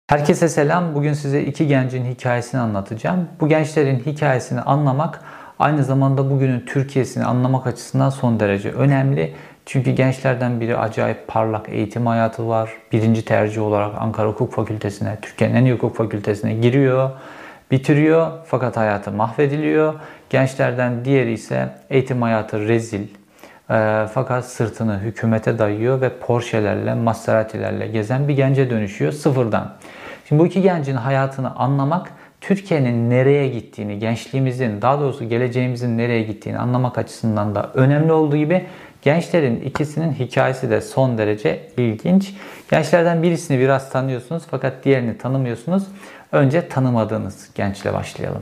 Herkese selam. Bugün size iki gencin hikayesini anlatacağım. Bu gençlerin hikayesini anlamak aynı zamanda bugünün Türkiye'sini anlamak açısından son derece önemli. Çünkü gençlerden biri acayip parlak eğitim hayatı var. Birinci tercih olarak Ankara Hukuk Fakültesine, Türkiye'nin en iyi hukuk fakültesine giriyor, bitiriyor fakat hayatı mahvediliyor. Gençlerden diğeri ise eğitim hayatı rezil. Fakat sırtını hükümete dayıyor ve Porsche'lerle, Maserati'lerle gezen bir gence dönüşüyor sıfırdan. Şimdi bu iki gencin hayatını anlamak, Türkiye'nin nereye gittiğini, gençliğimizin, daha doğrusu geleceğimizin nereye gittiğini anlamak açısından da önemli olduğu gibi gençlerin ikisinin hikayesi de son derece ilginç. Gençlerden birisini biraz tanıyorsunuz fakat diğerini tanımıyorsunuz. Önce tanımadığınız gençle başlayalım.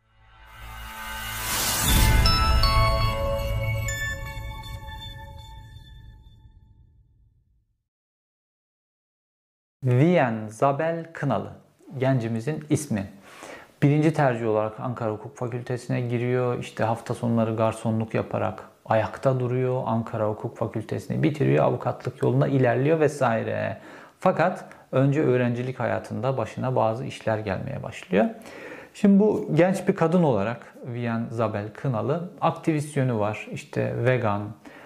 Viyen Zabel Kınalı, gencimizin ismi. Birinci tercih olarak Ankara Hukuk Fakültesine giriyor. İşte hafta sonları garsonluk yaparak ayakta duruyor. Ankara Hukuk Fakültesini bitiriyor. Avukatlık yolunda ilerliyor vesaire. Fakat önce öğrencilik hayatında başına bazı işler gelmeye başlıyor. Şimdi bu genç bir kadın olarak Viyen Zabel Kınalı aktivist yönü var. İşte vegan,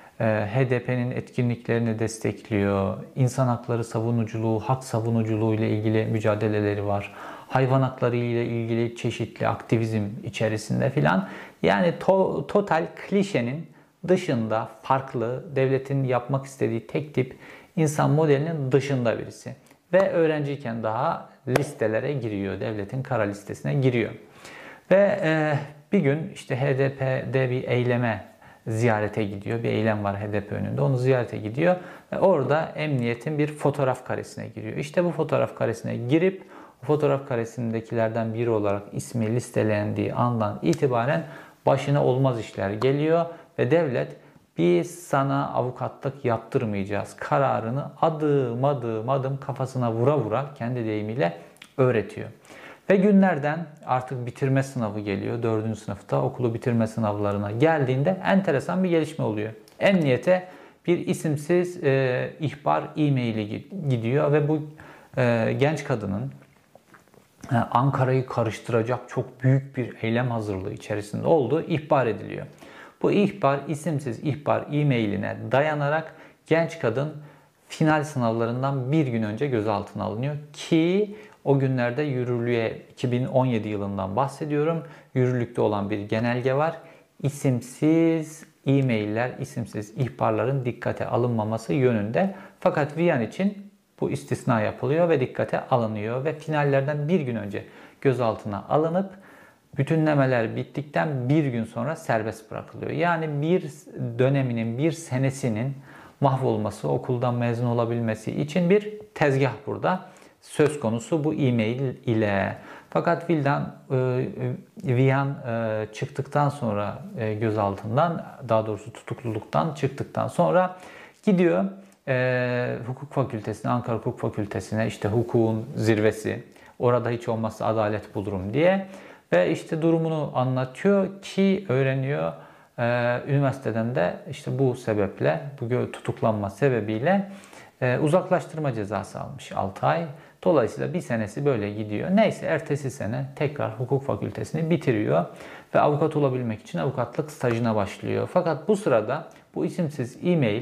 HDP'nin etkinliklerini destekliyor. İnsan hakları savunuculuğu, hak savunuculuğu ile ilgili mücadeleleri var. Hayvan hakları ile ilgili çeşitli aktivizm içerisinde filan. Yani total klişenin dışında farklı, devletin yapmak istediği tek tip insan modelinin dışında birisi. Ve öğrenciyken daha listelere giriyor, devletin kara listesine giriyor. Ve bir gün işte HDP'de bir eyleme ziyarete gidiyor. Bir eylem var HDP önünde. Onu ziyarete gidiyor. Ve orada emniyetin bir fotoğraf karesine giriyor. İşte bu fotoğraf karesine girip o fotoğraf karesindekilerden biri olarak ismi listelendiği andan itibaren başına olmaz işler geliyor. Ve devlet biz sana avukatlık yaptırmayacağız kararını adım kafasına vura vura kendi deyimiyle öğretiyor. Ve günlerden artık bitirme sınavı geliyor. 4. sınıfta okulu bitirme sınavlarına geldiğinde enteresan bir gelişme oluyor. Emniyete bir isimsiz ihbar e-maili gidiyor ve bu genç kadının Ankara'yı karıştıracak çok büyük bir eylem hazırlığı içerisinde olduğu ihbar ediliyor. Bu ihbar isimsiz ihbar e-mailine dayanarak genç kadın final sınavlarından bir gün önce gözaltına alınıyor ki o günlerde yürürlüğe 2017 yılından bahsediyorum. Yürürlükte olan bir genelge var. İsimsiz e-mailler, isimsiz ihbarların dikkate alınmaması yönünde. Fakat Viyen için bu istisna yapılıyor ve dikkate alınıyor ve finallerden bir gün önce gözaltına alınıp bütünlemeler bittikten bir gün sonra serbest bırakılıyor. Yani bir döneminin, bir senesinin mahvolması, okuldan mezun olabilmesi için bir tezgah burada söz konusu bu e-mail ile. Fakat Viyen çıktıktan sonra gözaltından, daha doğrusu tutukluluktan çıktıktan sonra gidiyor hukuk fakültesine, Ankara Hukuk Fakültesine, işte hukukun zirvesi, orada hiç olmazsa adalet bulurum diye ve işte durumunu anlatıyor ki öğreniyor. Üniversiteden de işte bu sebeple, bu tutuklanma sebebiyle uzaklaştırma cezası almış 6 ay. Dolayısıyla bir senesi böyle gidiyor. Neyse ertesi sene tekrar hukuk fakültesini bitiriyor ve avukat olabilmek için avukatlık stajına başlıyor. Fakat bu sırada bu isimsiz e-mail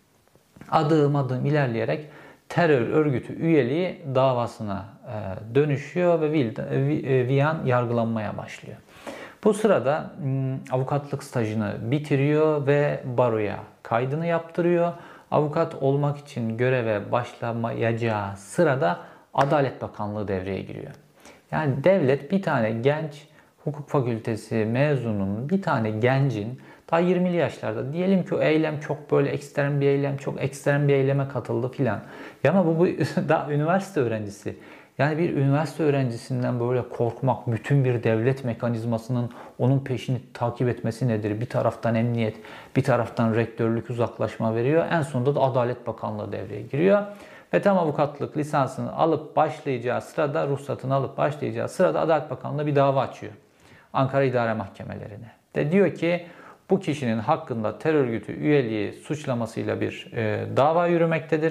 adım ilerleyerek terör örgütü üyeliği davasına dönüşüyor ve Viyen yargılanmaya başlıyor. Bu sırada avukatlık stajını bitiriyor ve baroya kaydını yaptırıyor. Avukat olmak için göreve başlamayacağı sırada Adalet Bakanlığı devreye giriyor. Yani devlet bir tane genç hukuk fakültesi mezununun, bir tane gencin daha 20'li yaşlarda, diyelim ki o eylem çok böyle ekstrem bir eylem, çok ekstrem bir eyleme katıldı filan. Ya ama bu daha üniversite öğrencisi. Yani bir üniversite öğrencisinden böyle korkmak, bütün bir devlet mekanizmasının onun peşini takip etmesi nedir? Bir taraftan emniyet, bir taraftan rektörlük uzaklaşma veriyor. En sonunda da Adalet Bakanlığı devreye giriyor. Ve tam avukatlık lisansını alıp başlayacağı sırada, ruhsatını alıp başlayacağı sırada Adalet Bakanlığı bir dava açıyor. Ankara İdare Mahkemelerine. De diyor ki bu kişinin hakkında terör örgütü üyeliği suçlamasıyla bir dava yürümektedir.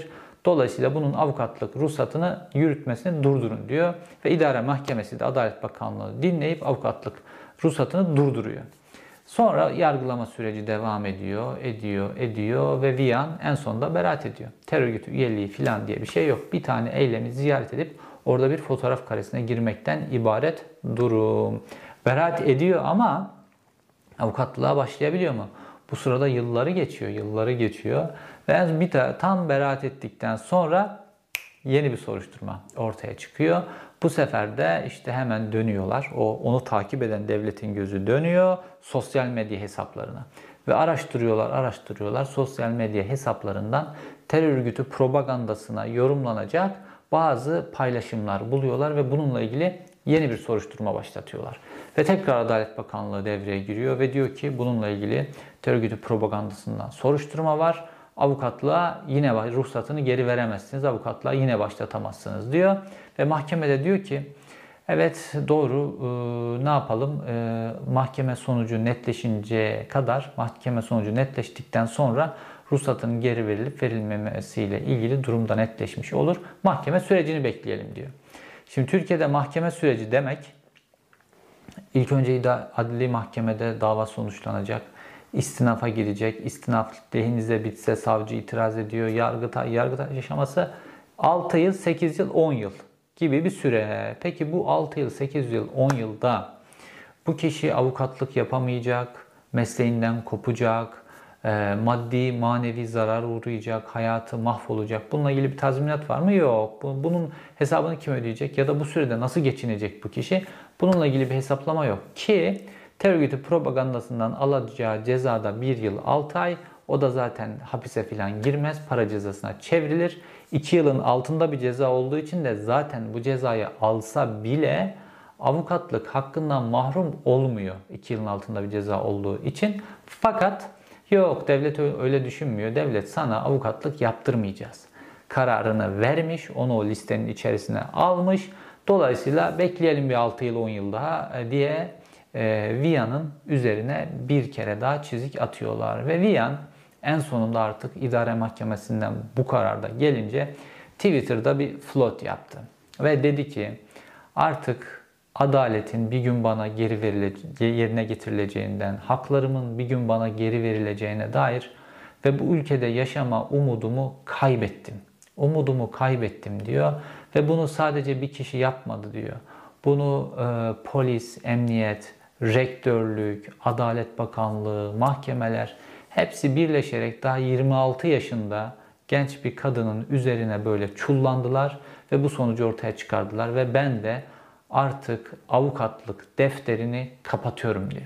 Dolayısıyla bunun avukatlık ruhsatını yürütmesini durdurun diyor. Ve İdare Mahkemesi de Adalet Bakanlığı dinleyip avukatlık ruhsatını durduruyor. Sonra yargılama süreci devam ediyor ve Viyan en sonunda beraat ediyor. Terör örgütü üyeliği falan diye bir şey yok. Bir tane eylemi ziyaret edip orada bir fotoğraf karesine girmekten ibaret durum. Beraat ediyor ama avukatlığa başlayabiliyor mu? Bu sırada yılları geçiyor. Ve tam beraat ettikten sonra yeni bir soruşturma ortaya çıkıyor. Bu sefer de işte hemen dönüyorlar. Onu takip eden devletin gözü dönüyor sosyal medya hesaplarına. Ve araştırıyorlar. Sosyal medya hesaplarından terör örgütü propagandasına yorumlanacak bazı paylaşımlar buluyorlar ve bununla ilgili yeni bir soruşturma başlatıyorlar. Ve tekrar Adalet Bakanlığı devreye giriyor ve diyor ki bununla ilgili terör örgütü propagandasından soruşturma var. Avukatlığa yine ruhsatını geri veremezsiniz. Avukatlığa yine başlatamazsınız diyor. Ve mahkemede diyor ki evet doğru ne yapalım mahkeme sonucu netleştikten sonra ruhsatının geri verilip verilmemesiyle ilgili durumda netleşmiş olur. Mahkeme sürecini bekleyelim diyor. Şimdi Türkiye'de mahkeme süreci demek ilk önce adli mahkemede dava sonuçlanacak. İstinafa girecek. İstinaf lehinize bitse savcı itiraz ediyor. Yargıtay aşaması 6 yıl, 8 yıl, 10 yıl gibi bir süre. Peki bu 6 yıl, 8 yıl, 10 yılda bu kişi avukatlık yapamayacak, mesleğinden kopacak, maddi, manevi zarar uğrayacak, hayatı mahvolacak. Bununla ilgili bir tazminat var mı? Yok. Bunun hesabını kim ödeyecek ya da bu sürede nasıl geçinecek bu kişi? Bununla ilgili bir hesaplama yok ki terör örgütü propagandasından alacağı cezada 1 yıl 6 ay. O da zaten hapise falan girmez. Para cezasına çevrilir. 2 yılın altında bir ceza olduğu için de zaten bu cezayı alsa bile avukatlık hakkından mahrum olmuyor. 2 yılın altında bir ceza olduğu için. Fakat yok devlet öyle düşünmüyor. Devlet sana avukatlık yaptırmayacağız kararını vermiş. Onu o listenin içerisine almış. Dolayısıyla bekleyelim bir 6 yıl 10 yıl daha diye Viyan'ın üzerine bir kere daha çizik atıyorlar. Ve Viyan en sonunda artık idare mahkemesinden bu kararda gelince Twitter'da bir float yaptı. Ve dedi ki artık adaletin bir gün bana yerine getirileceğinden, haklarımın bir gün bana geri verileceğine dair ve bu ülkede yaşama umudumu kaybettim. Umudumu kaybettim diyor ve bunu sadece bir kişi yapmadı diyor. Bunu polis, emniyet, rektörlük, Adalet Bakanlığı, mahkemeler hepsi birleşerek daha 26 yaşında genç bir kadının üzerine böyle çullandılar ve bu sonucu ortaya çıkardılar ve ben de artık avukatlık defterini kapatıyorum diyor.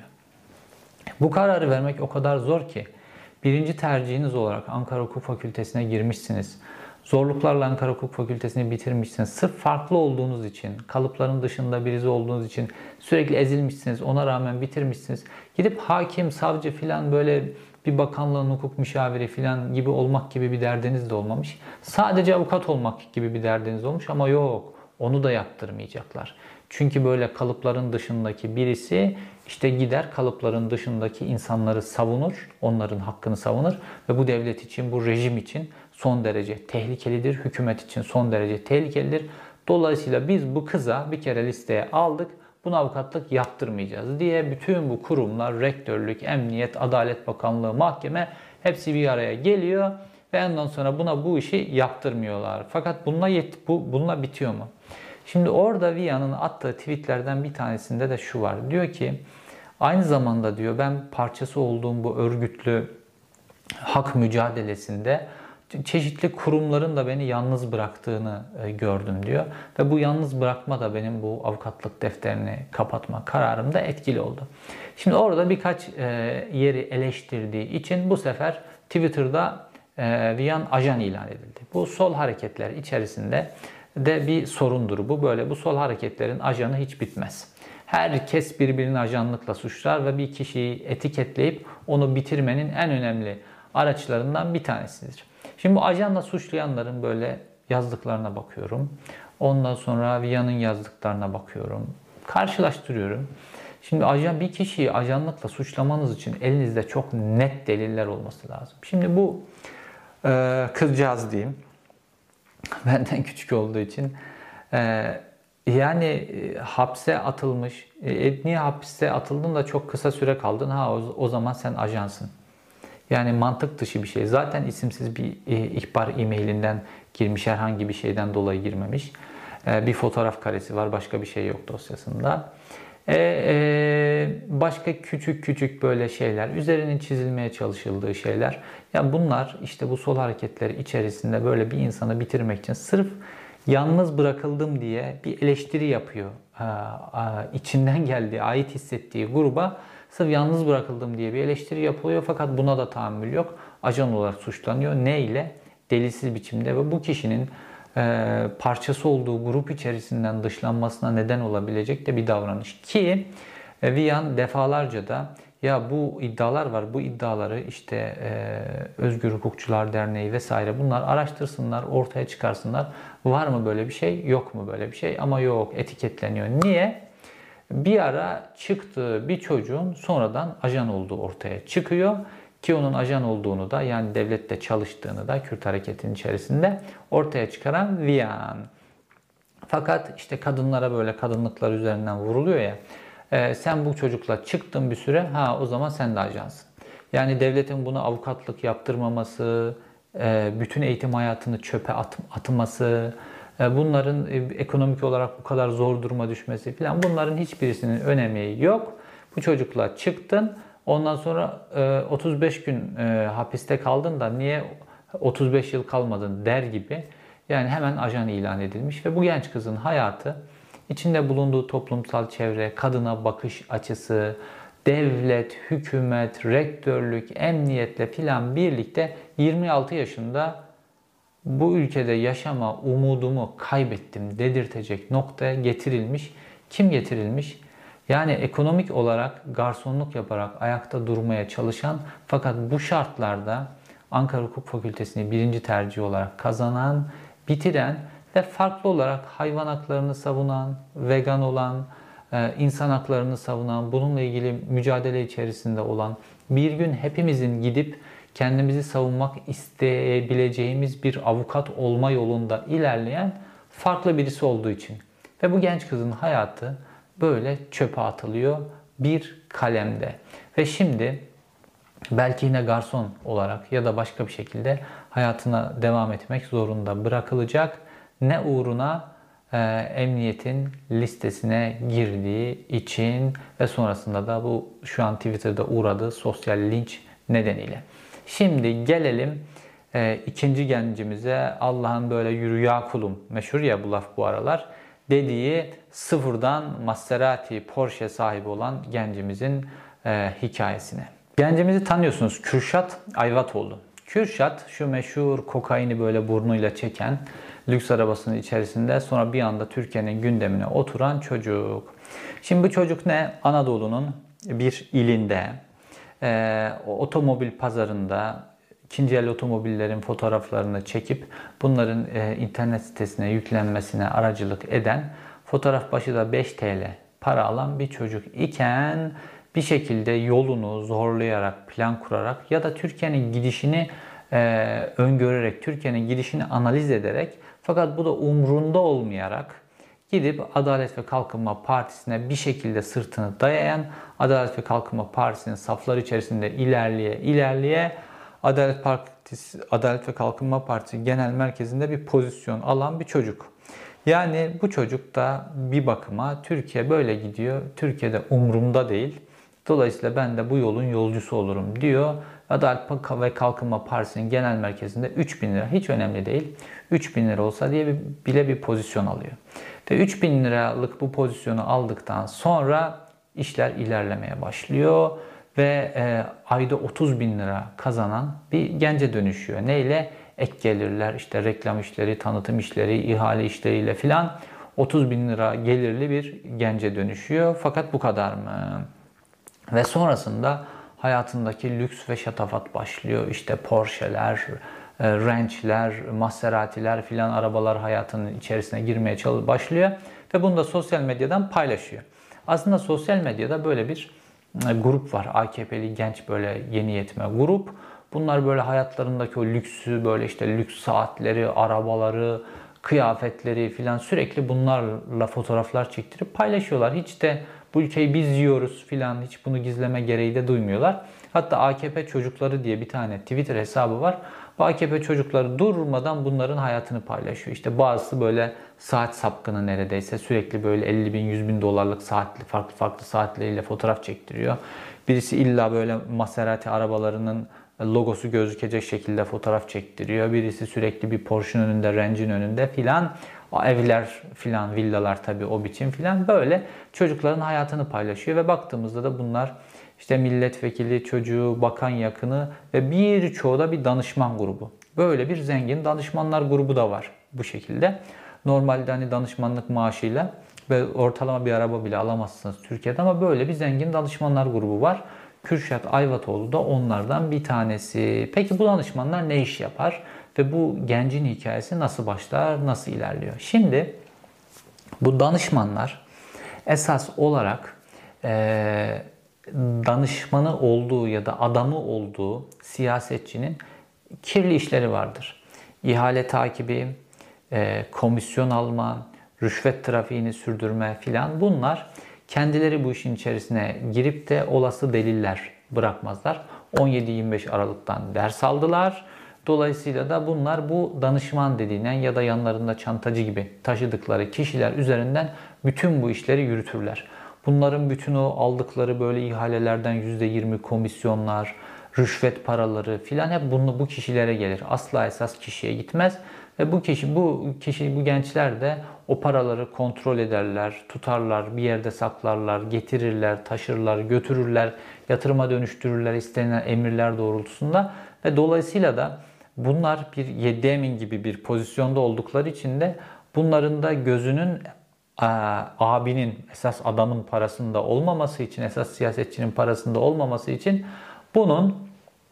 Bu kararı vermek o kadar zor ki birinci tercihiniz olarak Ankara Hukuk Fakültesine girmişsiniz. Zorluklarla Ankara Hukuk Fakültesini bitirmişsiniz. Sırf farklı olduğunuz için, kalıpların dışında birisi olduğunuz için sürekli ezilmişsiniz. Ona rağmen bitirmişsiniz. Gidip hakim, savcı filan böyle bir bakanlığın hukuk müşaviri filan gibi olmak gibi bir derdiniz de olmamış. Sadece avukat olmak gibi bir derdiniz olmuş ama yok. Onu da yaptırmayacaklar. Çünkü böyle kalıpların dışındaki birisi işte gider kalıpların dışındaki insanları savunur, onların hakkını savunur ve bu devlet için, bu rejim için son derece tehlikelidir, hükümet için son derece tehlikelidir. Dolayısıyla biz bu kıza bir kere listeye aldık, buna avukatlık yaptırmayacağız diye bütün bu kurumlar, rektörlük, emniyet, Adalet Bakanlığı, mahkeme hepsi bir araya geliyor ve ondan sonra buna bu işi yaptırmıyorlar. Fakat bununla bitiyor mu? Şimdi orada Viyan'ın attığı tweetlerden bir tanesinde de şu var. Diyor ki aynı zamanda diyor ben parçası olduğum bu örgütlü hak mücadelesinde çeşitli kurumların da beni yalnız bıraktığını gördüm diyor. Ve bu yalnız bırakma da benim bu avukatlık defterini kapatma kararımda etkili oldu. Şimdi orada birkaç yeri eleştirdiği için bu sefer Twitter'da Viyan ajan ilan edildi. Bu sol hareketler içerisinde de bir sorundur bu. Böyle bu sol hareketlerin ajanı hiç bitmez. Herkes birbirini ajanlıkla suçlar ve bir kişiyi etiketleyip onu bitirmenin en önemli araçlarından bir tanesidir. Şimdi bu ajanla suçlayanların böyle yazdıklarına bakıyorum. Ondan sonra Viyan'ın yazdıklarına bakıyorum. Karşılaştırıyorum. Şimdi bir kişiyi ajanlıkla suçlamanız için elinizde çok net deliller olması lazım. Şimdi bu kızcağız diyeyim. Benden küçük olduğu için. Yani hapse atılmış. Niye hapse atıldın da çok kısa süre kaldın? O zaman sen ajansın. Yani mantık dışı bir şey. Zaten isimsiz bir ihbar e-mailinden girmiş, herhangi bir şeyden dolayı girmemiş. Bir fotoğraf karesi var, başka bir şey yok dosyasında. Başka küçük küçük böyle şeyler, üzerinin çizilmeye çalışıldığı şeyler. Ya bunlar işte bu sol hareketleri içerisinde böyle bir insanı bitirmek için sırf yalnız bırakıldım diye bir eleştiri yapıyor. İçinden geldiği, ait hissettiği gruba sırf yalnız bırakıldım diye bir eleştiri yapılıyor. Fakat buna da tahammül yok. Ajan olarak suçlanıyor. Ne ile? Delilsiz biçimde ve bu kişinin parçası olduğu grup içerisinden dışlanmasına neden olabilecek de bir davranış. Ki Vian defalarca da ya bu iddialar var, bu iddiaları işte Özgür Hukukçular Derneği vesaire bunlar araştırsınlar, ortaya çıkarsınlar. Var mı böyle bir şey, yok mu böyle bir şey? Ama yok, etiketleniyor. Niye? Bir ara çıktığı bir çocuğun sonradan ajan olduğu ortaya çıkıyor. Ki onun ajan olduğunu da, yani devlette çalıştığını da Kürt hareketinin içerisinde ortaya çıkaran Vian. Fakat işte kadınlara böyle kadınlıklar üzerinden vuruluyor ya. Sen bu çocukla çıktın bir süre, o zaman sen de ajansın. Yani devletin buna avukatlık yaptırmaması, bütün eğitim hayatını çöpe atması, bunların ekonomik olarak bu kadar zor duruma düşmesi falan, bunların hiçbirisinin önemi yok. Bu çocukla çıktın, ondan sonra 35 gün hapiste kaldın da niye 35 yıl kalmadın der gibi. Yani hemen ajan ilan edilmiş ve bu genç kızın hayatı, içinde bulunduğu toplumsal çevre, kadına bakış açısı, devlet, hükümet, rektörlük, emniyetle filan birlikte 26 yaşında bu ülkede yaşama umudumu kaybettim dedirtecek noktaya getirilmiş. Kim getirilmiş? Yani ekonomik olarak garsonluk yaparak ayakta durmaya çalışan, fakat bu şartlarda Ankara Hukuk Fakültesini birinci tercih olarak kazanan, bitiren ve farklı olarak hayvan haklarını savunan, vegan olan, insan haklarını savunan, bununla ilgili mücadele içerisinde olan, bir gün hepimizin gidip kendimizi savunmak isteyebileceğimiz bir avukat olma yolunda ilerleyen farklı birisi olduğu için. Ve bu genç kızın hayatı böyle çöpe atılıyor bir kalemde. Ve şimdi belki yine garson olarak ya da başka bir şekilde hayatına devam etmek zorunda bırakılacak. Ne uğruna? Emniyetin listesine girdiği için ve sonrasında da bu şu an Twitter'da uğradığı sosyal linç nedeniyle. Şimdi gelelim ikinci gencimize. Allah'ın böyle yürü ya kulum, meşhur ya bu laf bu aralar, dediği sıfırdan Maserati, Porsche sahibi olan gencimizin hikayesine. Gencimizi tanıyorsunuz, Kürşat Ayvatoğlu. Kürşat şu meşhur kokaini böyle burnuyla çeken, lüks arabasının içerisinde sonra bir anda Türkiye'nin gündemine oturan çocuk. Şimdi bu çocuk ne? Anadolu'nun bir ilinde otomobil pazarında ikinci el otomobillerin fotoğraflarını çekip bunların internet sitesine yüklenmesine aracılık eden, fotoğraf başı da 5 TL para alan bir çocuk iken bir şekilde yolunu zorlayarak, plan kurarak ya da Türkiye'nin gidişini öngörerek, Türkiye'nin gidişini analiz ederek, fakat bu da umrunda olmayarak gidip Adalet ve Kalkınma Partisi'ne bir şekilde sırtını dayayan, Adalet ve Kalkınma Partisi'nin safları içerisinde ilerleye Adalet ve Kalkınma Partisi Genel Merkezi'nde bir pozisyon alan bir çocuk. Yani bu çocuk da bir bakıma Türkiye böyle gidiyor, Türkiye'de umrumda değil, dolayısıyla ben de bu yolun yolcusu olurum diyor. Adalet ve Kalkınma Partisi'nin genel merkezinde 3.000 lira, hiç önemli değil, 3.000 lira olsa diye bile bir pozisyon alıyor. Ve 3.000 liralık bu pozisyonu aldıktan sonra işler ilerlemeye başlıyor ve ayda 30.000 lira kazanan bir gence dönüşüyor. Neyle? Ek gelirler, işte reklam işleri, tanıtım işleri, ihale işleriyle filan 30.000 lira gelirli bir gence dönüşüyor. Fakat bu kadar mı? Ve sonrasında hayatındaki lüks ve şatafat başlıyor. İşte Porsche'ler, Range'ler, Maserati'ler filan arabalar hayatının içerisine girmeye başlıyor. Ve bunu da sosyal medyadan paylaşıyor. Aslında sosyal medyada böyle bir grup var. AKP'li genç böyle yeni yetme grup. Bunlar böyle hayatlarındaki o lüksü, böyle işte lüks saatleri, arabaları, kıyafetleri filan sürekli bunlarla fotoğraflar çektirip paylaşıyorlar. Hiç de bu ülkeyi biz yiyoruz filan, hiç bunu gizleme gereği de duymuyorlar. Hatta AKP çocukları diye bir tane Twitter hesabı var. Bu AKP çocukları durmadan bunların hayatını paylaşıyor. İşte bazısı böyle saat sapkını neredeyse. Sürekli böyle 50 bin, 100 bin dolarlık saatli, farklı farklı saatleriyle fotoğraf çektiriyor. Birisi illa böyle Maserati arabalarının logosu gözükecek şekilde fotoğraf çektiriyor. Birisi sürekli bir Porsche'un önünde, Range'in önünde filan. Evler filan, villalar tabii o biçim filan. Böyle çocukların hayatını paylaşıyor ve baktığımızda da bunlar işte milletvekili, çocuğu, bakan yakını ve birçoğu da bir danışman grubu. Böyle bir zengin danışmanlar grubu da var bu şekilde. Normalde hani danışmanlık maaşıyla ve ortalama bir araba bile alamazsınız Türkiye'de ama böyle bir zengin danışmanlar grubu var. Kürşat Ayvatoğlu da onlardan bir tanesi. Peki bu danışmanlar ne iş yapar? Ve bu gencin hikayesi nasıl başlar, nasıl ilerliyor? Şimdi bu danışmanlar esas olarak danışmanı olduğu ya da adamı olduğu siyasetçinin kirli işleri vardır. İhale takibi, komisyon alma, rüşvet trafiğini sürdürme filan, bunlar kendileri bu işin içerisine girip de olası deliller bırakmazlar. 17-25 Aralık'tan ders aldılar. Dolayısıyla da bunlar bu danışman dediğinden ya da yanlarında çantacı gibi taşıdıkları kişiler üzerinden bütün bu işleri yürütürler. Bunların bütün o aldıkları böyle ihalelerden %20 komisyonlar, rüşvet paraları filan hep bu kişilere gelir. Asla esas kişiye gitmez ve bu gençler de o paraları kontrol ederler, tutarlar, bir yerde saklarlar, getirirler, taşırlar, götürürler, yatırıma dönüştürürler istenilen emirler doğrultusunda ve dolayısıyla da bunlar bir yeddi gibi bir pozisyonda oldukları için de bunların da gözünün abinin, esas adamın parasında olmaması için, esas siyasetçinin parasında olmaması için bunun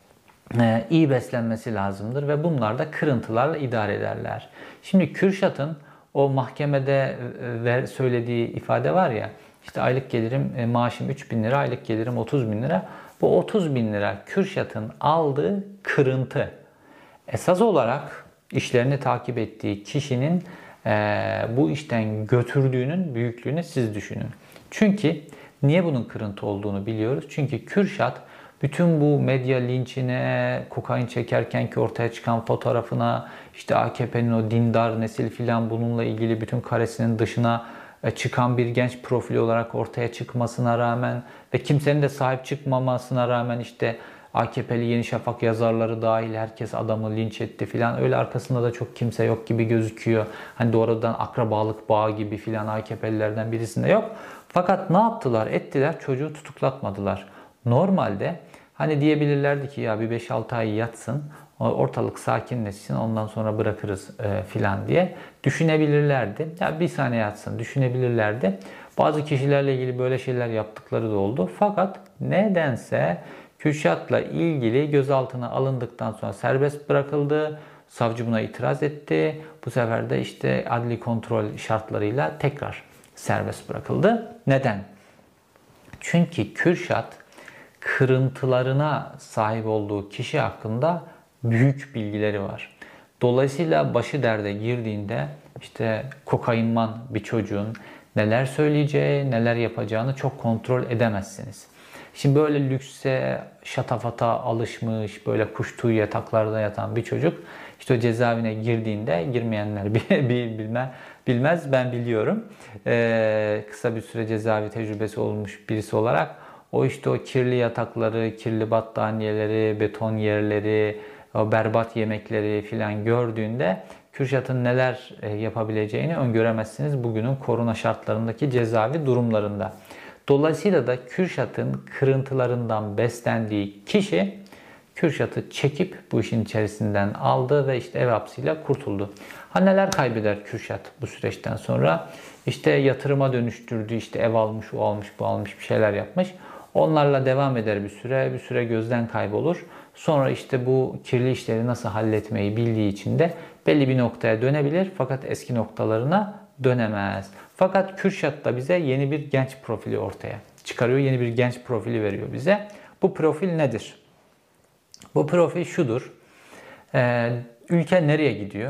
iyi beslenmesi lazımdır ve bunlar da kırıntılarla idare ederler. Şimdi Kürşat'ın o mahkemede söylediği ifade var ya, işte aylık gelirim, maaşım 3.000 lira, aylık gelirim 30.000 lira. Bu 30.000 lira Kürşat'ın aldığı kırıntı. Esas olarak işlerini takip ettiği kişinin bu işten götürdüğünün büyüklüğünü siz düşünün. Çünkü niye bunun kırıntı olduğunu biliyoruz. Çünkü Kürşat bütün bu medya linçine, kokain çekerken ki ortaya çıkan fotoğrafına, işte AKP'nin o dindar nesil filan bununla ilgili bütün karesinin dışına çıkan bir genç profili olarak ortaya çıkmasına rağmen ve kimsenin de sahip çıkmamasına rağmen işte AKP'li Yeni Şafak yazarları dahil herkes adamı linç etti filan. Öyle arkasında da çok kimse yok gibi gözüküyor. Hani doğrudan akrabalık bağı gibi filan AKP'lilerden birisinde yok. Fakat ne yaptılar? Ettiler, çocuğu tutuklatmadılar. Normalde hani diyebilirlerdi ki ya bir 5-6 ay yatsın, ortalık sakinleşsin, ondan sonra bırakırız filan diye düşünebilirlerdi. Ya bir saniye yatsın düşünebilirlerdi. Bazı kişilerle ilgili böyle şeyler yaptıkları da oldu. Fakat nedense Kürşat'la ilgili gözaltına alındıktan sonra serbest bırakıldı. Savcı buna itiraz etti. Bu sefer de işte adli kontrol şartlarıyla tekrar serbest bırakıldı. Neden? Çünkü Kürşat kırıntılarına sahip olduğu kişi hakkında büyük bilgileri var. Dolayısıyla başı derde girdiğinde işte kokainman bir çocuğun neler söyleyeceği, neler yapacağını çok kontrol edemezsiniz. Şimdi böyle lükse, şatafata alışmış, böyle kuş tüyü yataklarda yatan bir çocuk işte o cezaevine girdiğinde, girmeyenler bilmez, ben biliyorum. Kısa bir süre cezaevi tecrübesi olmuş birisi olarak o işte o kirli yatakları, kirli battaniyeleri, beton yerleri, o berbat yemekleri filan gördüğünde Kürşat'ın neler yapabileceğini öngöremezsiniz bugünün korona şartlarındaki cezaevi durumlarında. Dolayısıyla da Kürşat'ın kırıntılarından beslendiği kişi Kürşat'ı çekip bu işin içerisinden aldı ve işte ev hapsiyle kurtuldu. Ha neler kaybeder Kürşat bu süreçten sonra? İşte yatırıma dönüştürdü, işte ev almış, o almış, bu almış, bir şeyler yapmış. Onlarla devam eder bir süre gözden kaybolur. Sonra işte bu kirli işleri nasıl halletmeyi bildiği için de belli bir noktaya dönebilir fakat eski noktalarına dönemez. Fakat Kürşat da bize yeni bir genç profili ortaya çıkarıyor. Yeni bir genç profili veriyor bize. Bu profil nedir? Bu profil şudur. Ülke nereye gidiyor?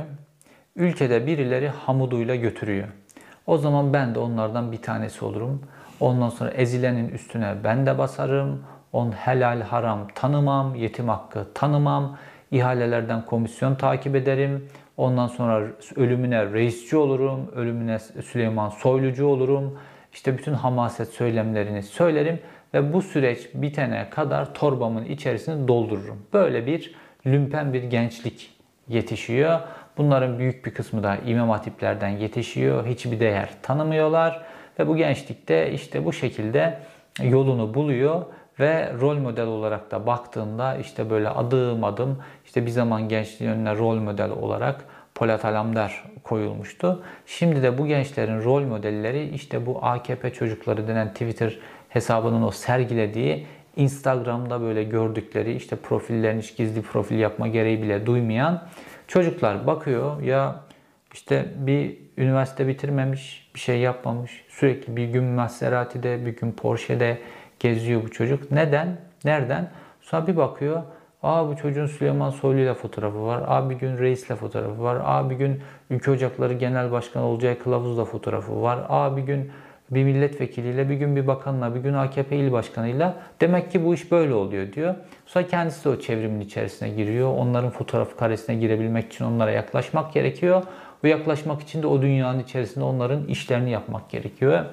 Ülkede birileri hamuduyla götürüyor. O zaman ben de onlardan bir tanesi olurum. Ondan sonra ezilenin üstüne ben de basarım. On helal haram tanımam, yetim hakkı tanımam. İhalelerden komisyon takip ederim. Ondan sonra ölümüne reisçi olurum. Ölümüne Süleyman Soylucu olurum. İşte bütün hamaset söylemlerini söylerim. Ve bu süreç bitene kadar torbamın içerisini doldururum. Böyle bir lümpen bir gençlik yetişiyor. Bunların büyük bir kısmı da İmam Hatiplerden yetişiyor. Hiçbir değer tanımıyorlar. Ve bu gençlikte işte bu şekilde yolunu buluyor. Ve rol model olarak da baktığında işte böyle adım adım işte bir zaman gençliğin önüne rol model olarak Polat Alemdar koyulmuştu. Şimdi de bu gençlerin rol modelleri işte bu AKP çocukları denen Twitter hesabının o sergilediği, Instagram'da böyle gördükleri işte profillerini hiç gizli profil yapma gereği bile duymayan çocuklar bakıyor ya işte bir üniversite bitirmemiş, bir şey yapmamış. Sürekli bir gün Maserati'de, bir gün Porsche'de geziyor bu çocuk. Neden? Nereden? Sonra bir bakıyor. Bu çocuğun Süleyman Soylu ile fotoğrafı var. Bir gün reisle fotoğrafı var. Bir gün Ülke Ocakları Genel Başkanı Olcay Kılavuz'la fotoğrafı var. Bir gün bir milletvekiliyle, bir gün bir bakanla, bir gün AKP il başkanıyla. Demek ki bu iş böyle oluyor diyor. Sonra kendisi de o çevrimin içerisine giriyor. Onların fotoğraf karesine girebilmek için onlara yaklaşmak gerekiyor. Bu yaklaşmak için de o dünyanın içerisinde onların işlerini yapmak gerekiyor.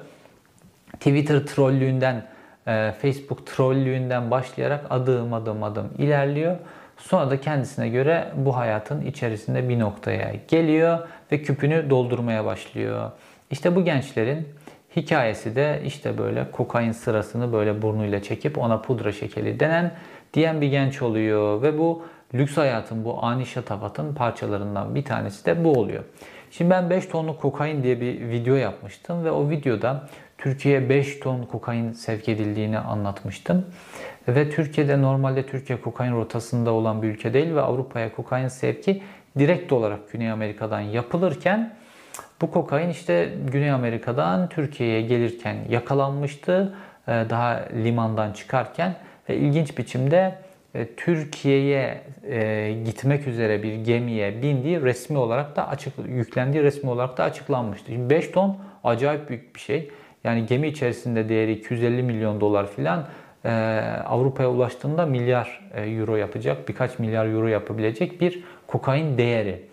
Twitter trollüğünden, Facebook trollüğünden başlayarak adım adım ilerliyor. Sonra da kendisine göre bu hayatın içerisinde bir noktaya geliyor ve küpünü doldurmaya başlıyor. İşte bu gençlerin hikayesi de işte böyle kokain sırasını böyle burnuyla çekip ona pudra şekeri diyen bir genç oluyor. Ve bu lüks hayatın, bu ani şatafatın parçalarından bir tanesi de bu oluyor. Şimdi ben 5 tonluk kokain diye bir video yapmıştım ve o videoda Türkiye'ye 5 ton kokain sevk edildiğini anlatmıştım. Ve Türkiye'de normalde Türkiye kokain rotasında olan bir ülke değil ve Avrupa'ya kokain sevki direkt olarak Güney Amerika'dan yapılırken bu kokain işte Güney Amerika'dan Türkiye'ye gelirken yakalanmıştı. Daha limandan çıkarken ve ilginç biçimde Türkiye'ye gitmek üzere bir gemiye bindiği resmi olarak da yüklendiği resmi olarak da açıklanmıştı. Şimdi 5 ton acayip büyük bir şey. Yani gemi içerisinde değeri 250 milyon dolar filan, Avrupa'ya ulaştığında milyar euro yapacak, birkaç milyar euro yapabilecek bir kokain değeri.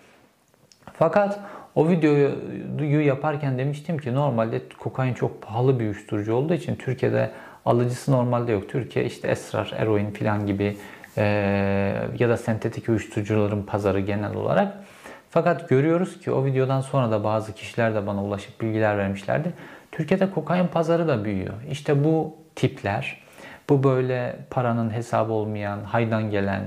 Fakat o videoyu yaparken demiştim ki normalde kokain çok pahalı bir uyuşturucu olduğu için Türkiye'de alıcısı normalde yok. Türkiye işte esrar, eroin filan gibi ya da sentetik uyuşturucuların pazarı genel olarak. Fakat görüyoruz ki o videodan sonra da bazı kişiler de bana ulaşıp bilgiler vermişlerdi. Türkiye'de kokain pazarı da büyüyor. İşte bu tipler, bu böyle paranın hesabı olmayan, haydan gelen,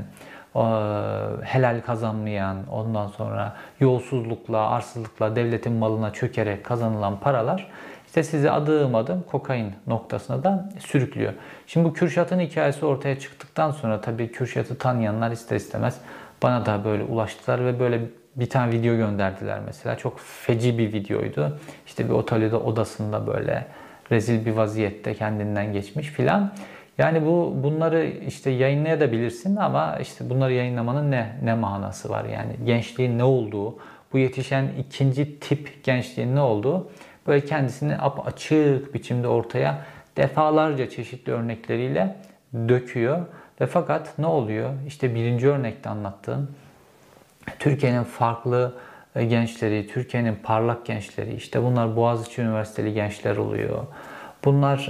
helal kazanmayan, ondan sonra yolsuzlukla, arsızlıkla, devletin malına çökerek kazanılan paralar işte sizi adım adım kokain noktasına da sürüklüyor. Şimdi bu Kürşat'ın hikayesi ortaya çıktıktan sonra tabii Kürşat'ı tanıyanlar ister istemez bana da böyle ulaştılar ve böyle bir tane video gönderdiler mesela. Çok feci bir videoydu. İşte bir otelde odasında böyle rezil bir vaziyette kendinden geçmiş filan. Yani bunları işte yayınlayabilirsin ama işte bunları yayınlamanın ne manası var yani gençliğin ne olduğu, bu yetişen ikinci tip gençliğin ne olduğu böyle kendisini açık biçimde ortaya defalarca çeşitli örnekleriyle döküyor. Ve fakat ne oluyor? İşte birinci örnekte anlattığım Türkiye'nin farklı gençleri, Türkiye'nin parlak gençleri, işte bunlar Boğaziçi Üniversiteli gençler oluyor. Bunlar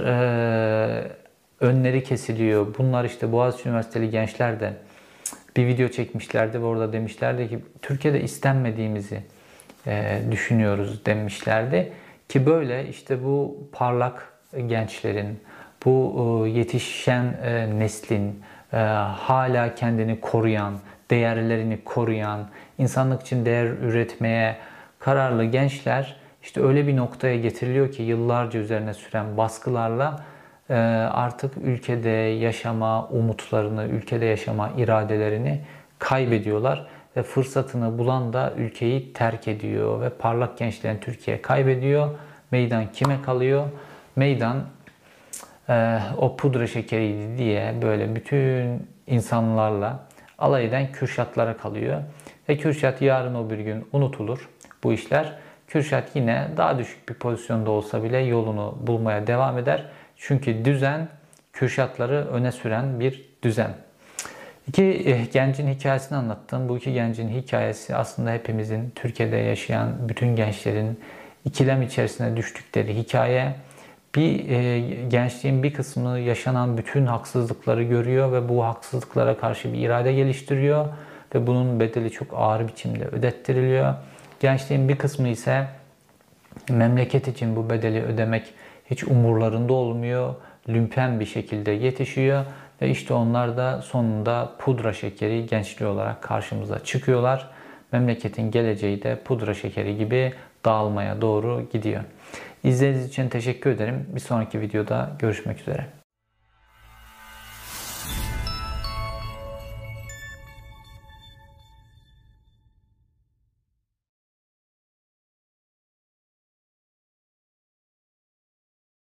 önleri kesiliyor. Bunlar işte Boğaziçi Üniversiteli gençler de bir video çekmişlerdi ve orada demişlerdi ki Türkiye'de istenmediğimizi düşünüyoruz demişlerdi. Ki böyle işte bu parlak gençlerin, bu yetişen neslin hala kendini koruyan, değerlerini koruyan, insanlık için değer üretmeye kararlı gençler işte öyle bir noktaya getiriliyor ki yıllarca üzerine süren baskılarla artık ülkede yaşama umutlarını, ülkede yaşama iradelerini kaybediyorlar. Ve fırsatını bulan da ülkeyi terk ediyor ve parlak gençlerin Türkiye kaybediyor. Meydan kime kalıyor? Meydan o pudra şekeriydi diye böyle bütün insanlarla Alayiden Kürşatlara kalıyor. Ve Kürşat yarın o bir gün unutulur bu işler. Kürşat yine daha düşük bir pozisyonda olsa bile yolunu bulmaya devam eder. Çünkü düzen Kürşatları öne süren bir düzen. İki gencin hikayesini anlattım. Bu iki gencin hikayesi aslında hepimizin, Türkiye'de yaşayan bütün gençlerin ikilem içerisine düştükleri hikaye. Bir gençliğin bir kısmı yaşanan bütün haksızlıkları görüyor ve bu haksızlıklara karşı bir irade geliştiriyor ve bunun bedeli çok ağır biçimde ödettiriliyor. Gençliğin bir kısmı ise memleket için bu bedeli ödemek hiç umurlarında olmuyor. Lümpen bir şekilde yetişiyor ve işte onlar da sonunda pudra şekeri gençliği olarak karşımıza çıkıyorlar. Memleketin geleceği de pudra şekeri gibi dağılmaya doğru gidiyor. İzlediğiniz için teşekkür ederim. Bir sonraki videoda görüşmek üzere.